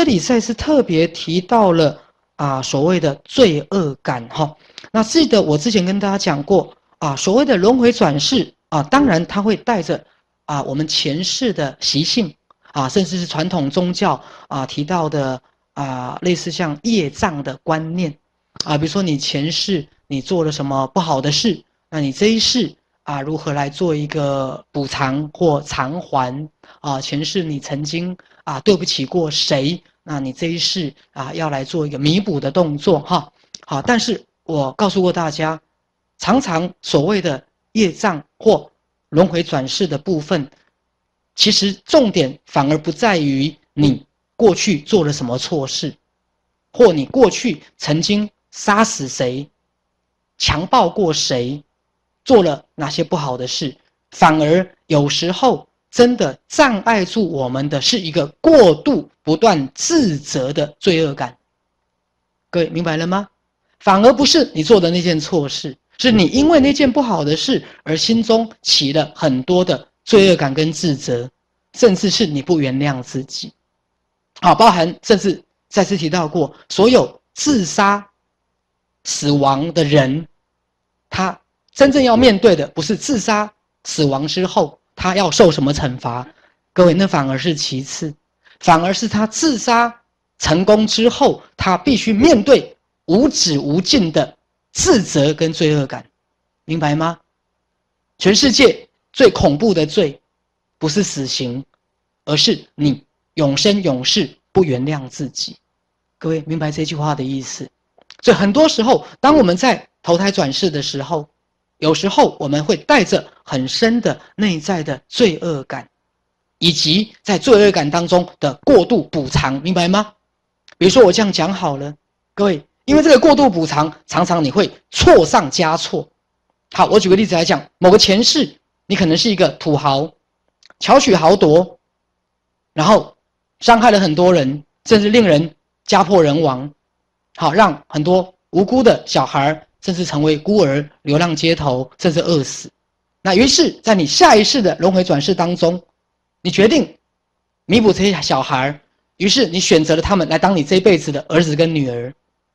里再次特别提到了所谓的罪恶感哈。那记得我之前跟大家讲过所谓的轮回转世当然它会带着我们前世的习性甚至是传统宗教提到的类似像业障的观念比如说你前世你做了什么不好的事，那你这一世如何来做一个补偿或偿还前世你曾经对不起过谁，那你这一世要来做一个弥补的动作哈。好，但是我告诉过大家，常常所谓的业障或轮回转世的部分，其实重点反而不在于你过去做了什么错事，或你过去曾经杀死谁，强暴过谁，做了哪些不好的事，反而有时候真的障碍住我们的是一个过度不断自责的罪恶感。各位明白了吗？反而不是你做的那件错事，是你因为那件不好的事而心中起了很多的罪恶感跟自责，甚至是你不原谅自己。包含甚至再次提到过，所有自杀死亡的人，他真正要面对的不是自杀死亡之后他要受什么惩罚，各位，那反而是其次，反而是他自杀成功之后，他必须面对无止无尽的自责跟罪恶感，明白吗？全世界最恐怖的罪不是死刑，而是你永生永世不原谅自己。各位明白这句话的意思？所以很多时候当我们在投胎转世的时候，有时候我们会带着很深的内在的罪恶感，以及在罪恶感当中的过度补偿，明白吗？比如说我这样讲好了，各位，因为这个过度补偿常常你会错上加错。好，我举个例子来讲，某个前世你可能是一个土豪，巧取豪夺，然后伤害了很多人，甚至令人家破人亡，好，让很多无辜的小孩甚至成为孤儿，流浪街头，甚至饿死。那于是在你下一世的轮回转世当中，你决定弥补这些小孩，于是你选择了他们来当你这一辈子的儿子跟女儿，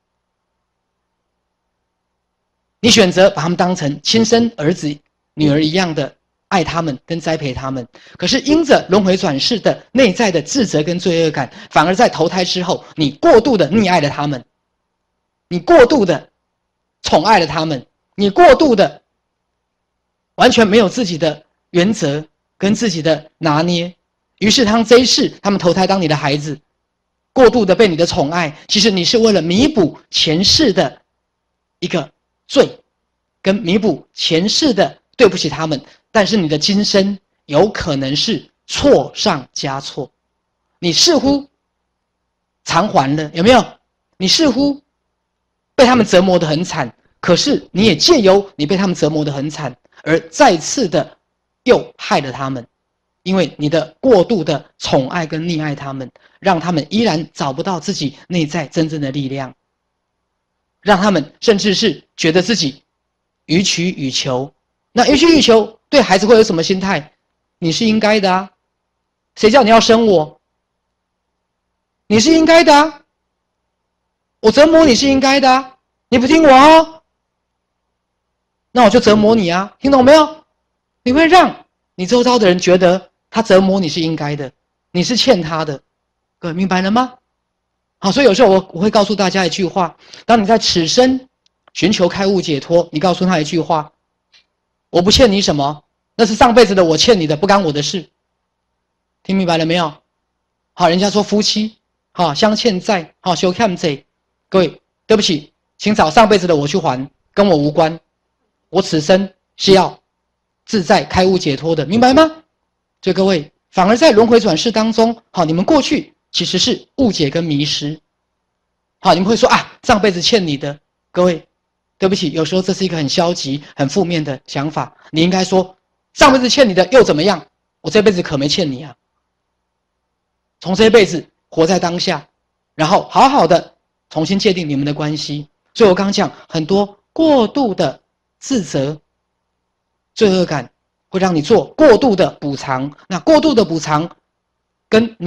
你选择把他们当成亲生儿子女儿一样的爱他们跟栽培他们。可是因着轮回转世的内在的自责跟罪恶感，反而在投胎之后你过度的溺爱了他们，你过度的宠爱了他们，你过度的完全没有自己的原则跟自己的拿捏，于是当这一世他们投胎当你的孩子，过度的被你的宠爱，其实你是为了弥补前世的一个罪，跟弥补前世的对不起他们，但是你的今生有可能是错上加错，你似乎偿还了，有没有？你似乎被他们折磨得很惨，可是你也借由你被他们折磨得很惨，而再次的又害了他们，因为你的过度的宠爱跟溺爱他们，让他们依然找不到自己内在真正的力量，让他们甚至是觉得自己予取予求。那予取予求对孩子会有什么心态？你是应该的啊，谁叫你要生我？你是应该的啊，我折磨你是应该的啊，你不听我哦，那我就折磨你啊，听懂没有？你会让你周遭的人觉得他折磨你是应该的，你是欠他的，各位明白了吗？好，所以有时候我会告诉大家一句话，当你在此生寻求开悟解脱，你告诉他一句话，我不欠你什么，那是上辈子的我欠你的，不干我的事。听明白了没有？好，人家说夫妻好相欠债，好修欠债，各位对不起，请找上辈子的我去还，跟我无关，我此生是要自在开悟解脱的，明白吗？所以各位反而在轮回转世当中，好，你们过去其实是误解跟迷失。好，你们会说上辈子欠你的，各位对不起，有时候这是一个很消极很负面的想法，你应该说上辈子欠你的又怎么样，我这辈子可没欠你啊。从这一辈子活在当下，然后好好的重新界定你们的关系。所以我刚刚讲很多过度的自责罪恶感会让你做过度的补偿，那过度的补偿跟你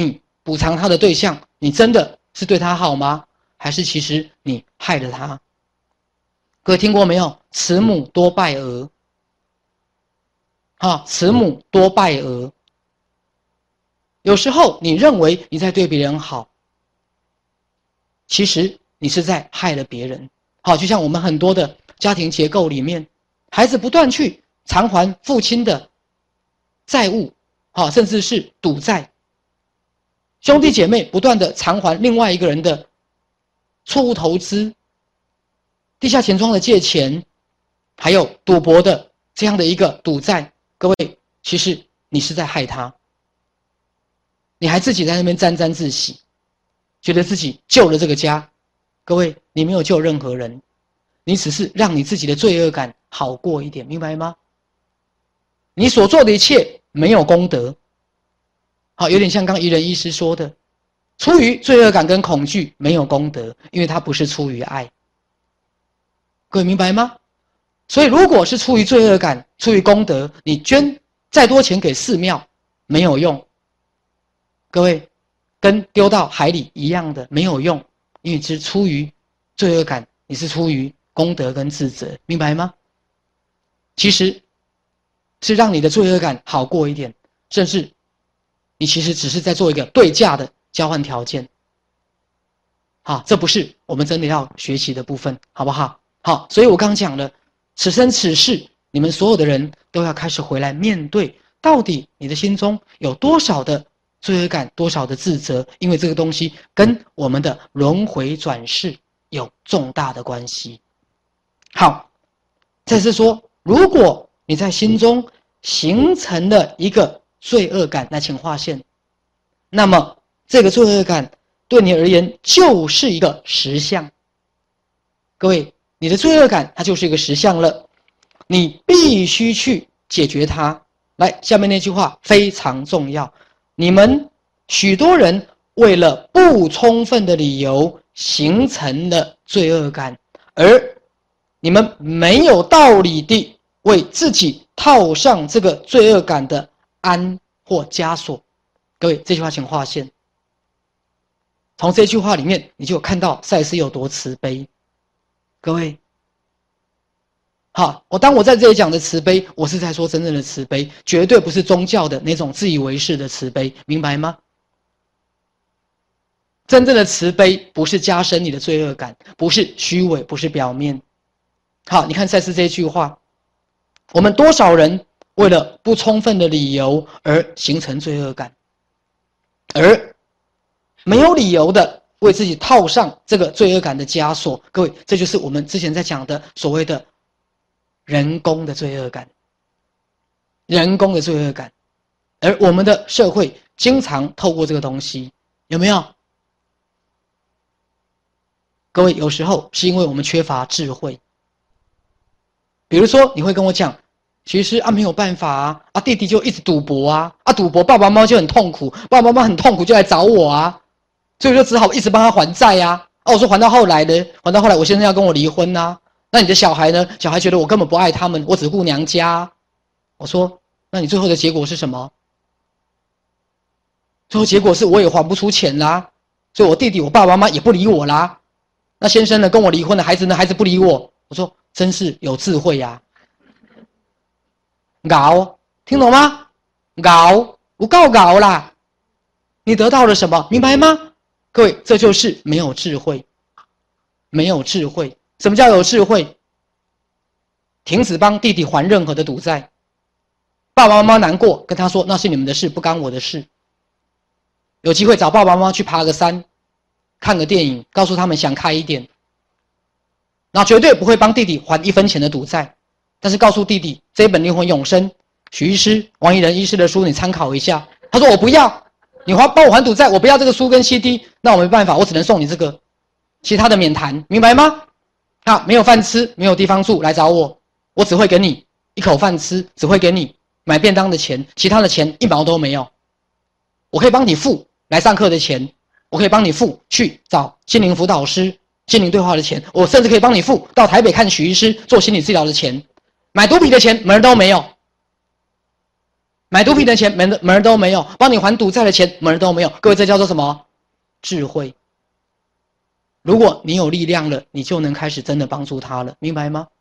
补偿他的对象，你真的是对他好吗？还是其实你害了他？各位听过没有？慈母多败儿。慈母多败儿。有时候你认为你在对别人好，其实你是在害了别人。就像我们很多的家庭结构里面，孩子不断去偿还父亲的债务，甚至是赌债。兄弟姐妹不断的偿还另外一个人的错误投资、地下钱庄的借钱，还有赌博的这样的一个赌债。各位，其实你是在害他，你还自己在那边沾沾自喜，觉得自己救了这个家。各位，你没有救任何人，你只是让你自己的罪恶感好过一点，明白吗？你所做的一切没有功德。有点像刚宜人医师说的，出于罪恶感跟恐惧没有功德，因为它不是出于爱。各位明白吗？所以如果是出于罪恶感，出于功德，你捐再多钱给寺庙没有用。各位，跟丢到海里一样的，没有用，因为是出于罪恶感，你是出于功德跟自责，明白吗？其实是让你的罪恶感好过一点，甚至你其实只是在做一个对价的交换条件。这不是我们真的要学习的部分，好不好？所以我刚讲了，此生此世，你们所有的人都要开始回来面对，到底你的心中有多少的罪恶感，多少的自责，因为这个东西跟我们的轮回转世有重大的关系。好，再是说，如果你在心中形成了一个罪恶感，来请划线，那么这个罪恶感对你而言就是一个实相。各位，你的罪恶感它就是一个实相了，你必须去解决它。来，下面那句话非常重要，你们许多人为了不充分的理由形成了罪恶感，而你们没有道理地为自己套上这个罪恶感的安或枷锁。各位，这句话请划线。从这句话里面，你就看到赛斯有多慈悲。各位，当我在这里讲的慈悲，我是在说真正的慈悲，绝对不是宗教的那种自以为是的慈悲，明白吗？真正的慈悲不是加深你的罪恶感，不是虚伪，不是表面。你看赛斯这句话，我们多少人为了不充分的理由而形成罪恶感，而没有理由的为自己套上这个罪恶感的枷锁。各位，这就是我们之前在讲的所谓的人工的罪恶感，人工的罪恶感。而我们的社会经常透过这个东西，有没有？各位，有时候是因为我们缺乏智慧。比如说你会跟我讲，其实没有办法弟弟就一直赌博赌博爸爸妈妈就很痛苦，爸爸妈妈很痛苦就来找我所以我就只好一直帮他还债我说还到后来呢，我先生要跟我离婚那你的小孩呢？小孩觉得我根本不爱他们，我只顾娘家。我说，那你最后的结果是什么？最后结果是我也还不出钱所以我弟弟我爸爸妈妈也不理我那先生呢跟我离婚了，孩子呢孩子不理我。我说真是有智慧搞，听懂吗？搞，不够搞啦！你得到了什么？明白吗？各位，这就是没有智慧。没有智慧。什么叫有智慧？停止帮弟弟还任何的赌债。爸爸妈妈难过，跟他说那是你们的事，不干我的事。有机会找爸爸妈妈去爬个山，看个电影，告诉他们想开一点。那绝对不会帮弟弟还1分钱的赌债，但是告诉弟弟这一本《灵魂永生》许医师王怡仁医师的书你参考一下。他说我不要，你帮我还赌债，我不要这个书跟 CD， 那我没办法，我只能送你这个，其他的免谈，明白吗？没有饭吃，没有地方住，来找我，我只会给你一口饭吃，只会给你买便当的钱，其他的钱1毛都没有。我可以帮你付来上课的钱，我可以帮你付去找心灵辅导师心灵对话的钱，我甚至可以帮你付到台北看许医师做心理治疗的钱，买毒品的钱门都没有， 买毒品的钱门儿都没有，帮你还赌债的钱门儿都没有。各位，这叫做什么？智慧。如果你有力量了，你就能开始真的帮助他了，明白吗？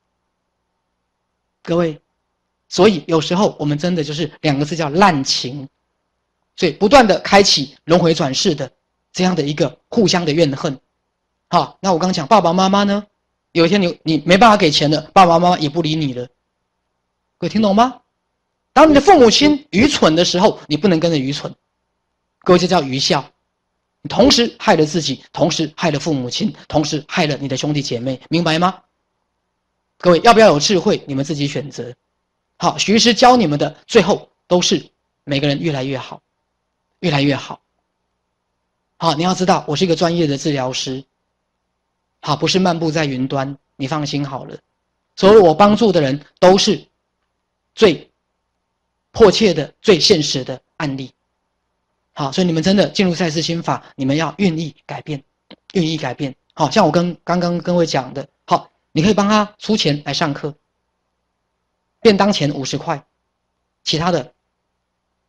各位，所以有时候我们真的就是2个字叫滥情，所以不断的开启轮回转世的这样的一个互相的怨恨。好，那我刚讲爸爸妈妈呢，有一天你没办法给钱了，爸爸妈妈也不理你了，各位听懂吗？当你的父母亲愚蠢的时候，你不能跟着愚蠢，各位，这叫愚孝。你同时害了自己，同时害了父母亲，同时害了你的兄弟姐妹，明白吗？各位，要不要有智慧，你们自己选择。好，徐医师教你们的，最后都是每个人越来越好，越来越好。好，你要知道，我是一个专业的治疗师，好，不是漫步在云端，你放心好了。所有我帮助的人都是最迫切的、最现实的案例。好，所以你们真的进入赛斯心法，你们要愿意改变，愿意改变。好，像我刚刚跟各位讲的，好，你可以帮他出钱来上课，便当钱50块，其他的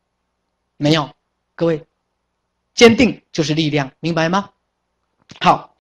没有。各位，坚定就是力量，明白吗？好，